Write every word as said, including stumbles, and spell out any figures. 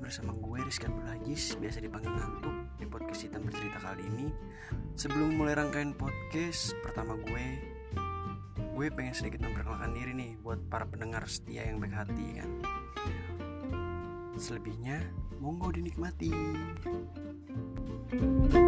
bersama gue Rizky Abdul Hajiz, biasa dipanggil Ngantuk, di podcast Hitam Bercerita kali ini. Sebelum mulai rangkaian podcast pertama gue, gue pengen sedikit memperkenalkan diri nih buat para pendengar setia yang baik hati kan. Selebihnya, monggo dinikmati.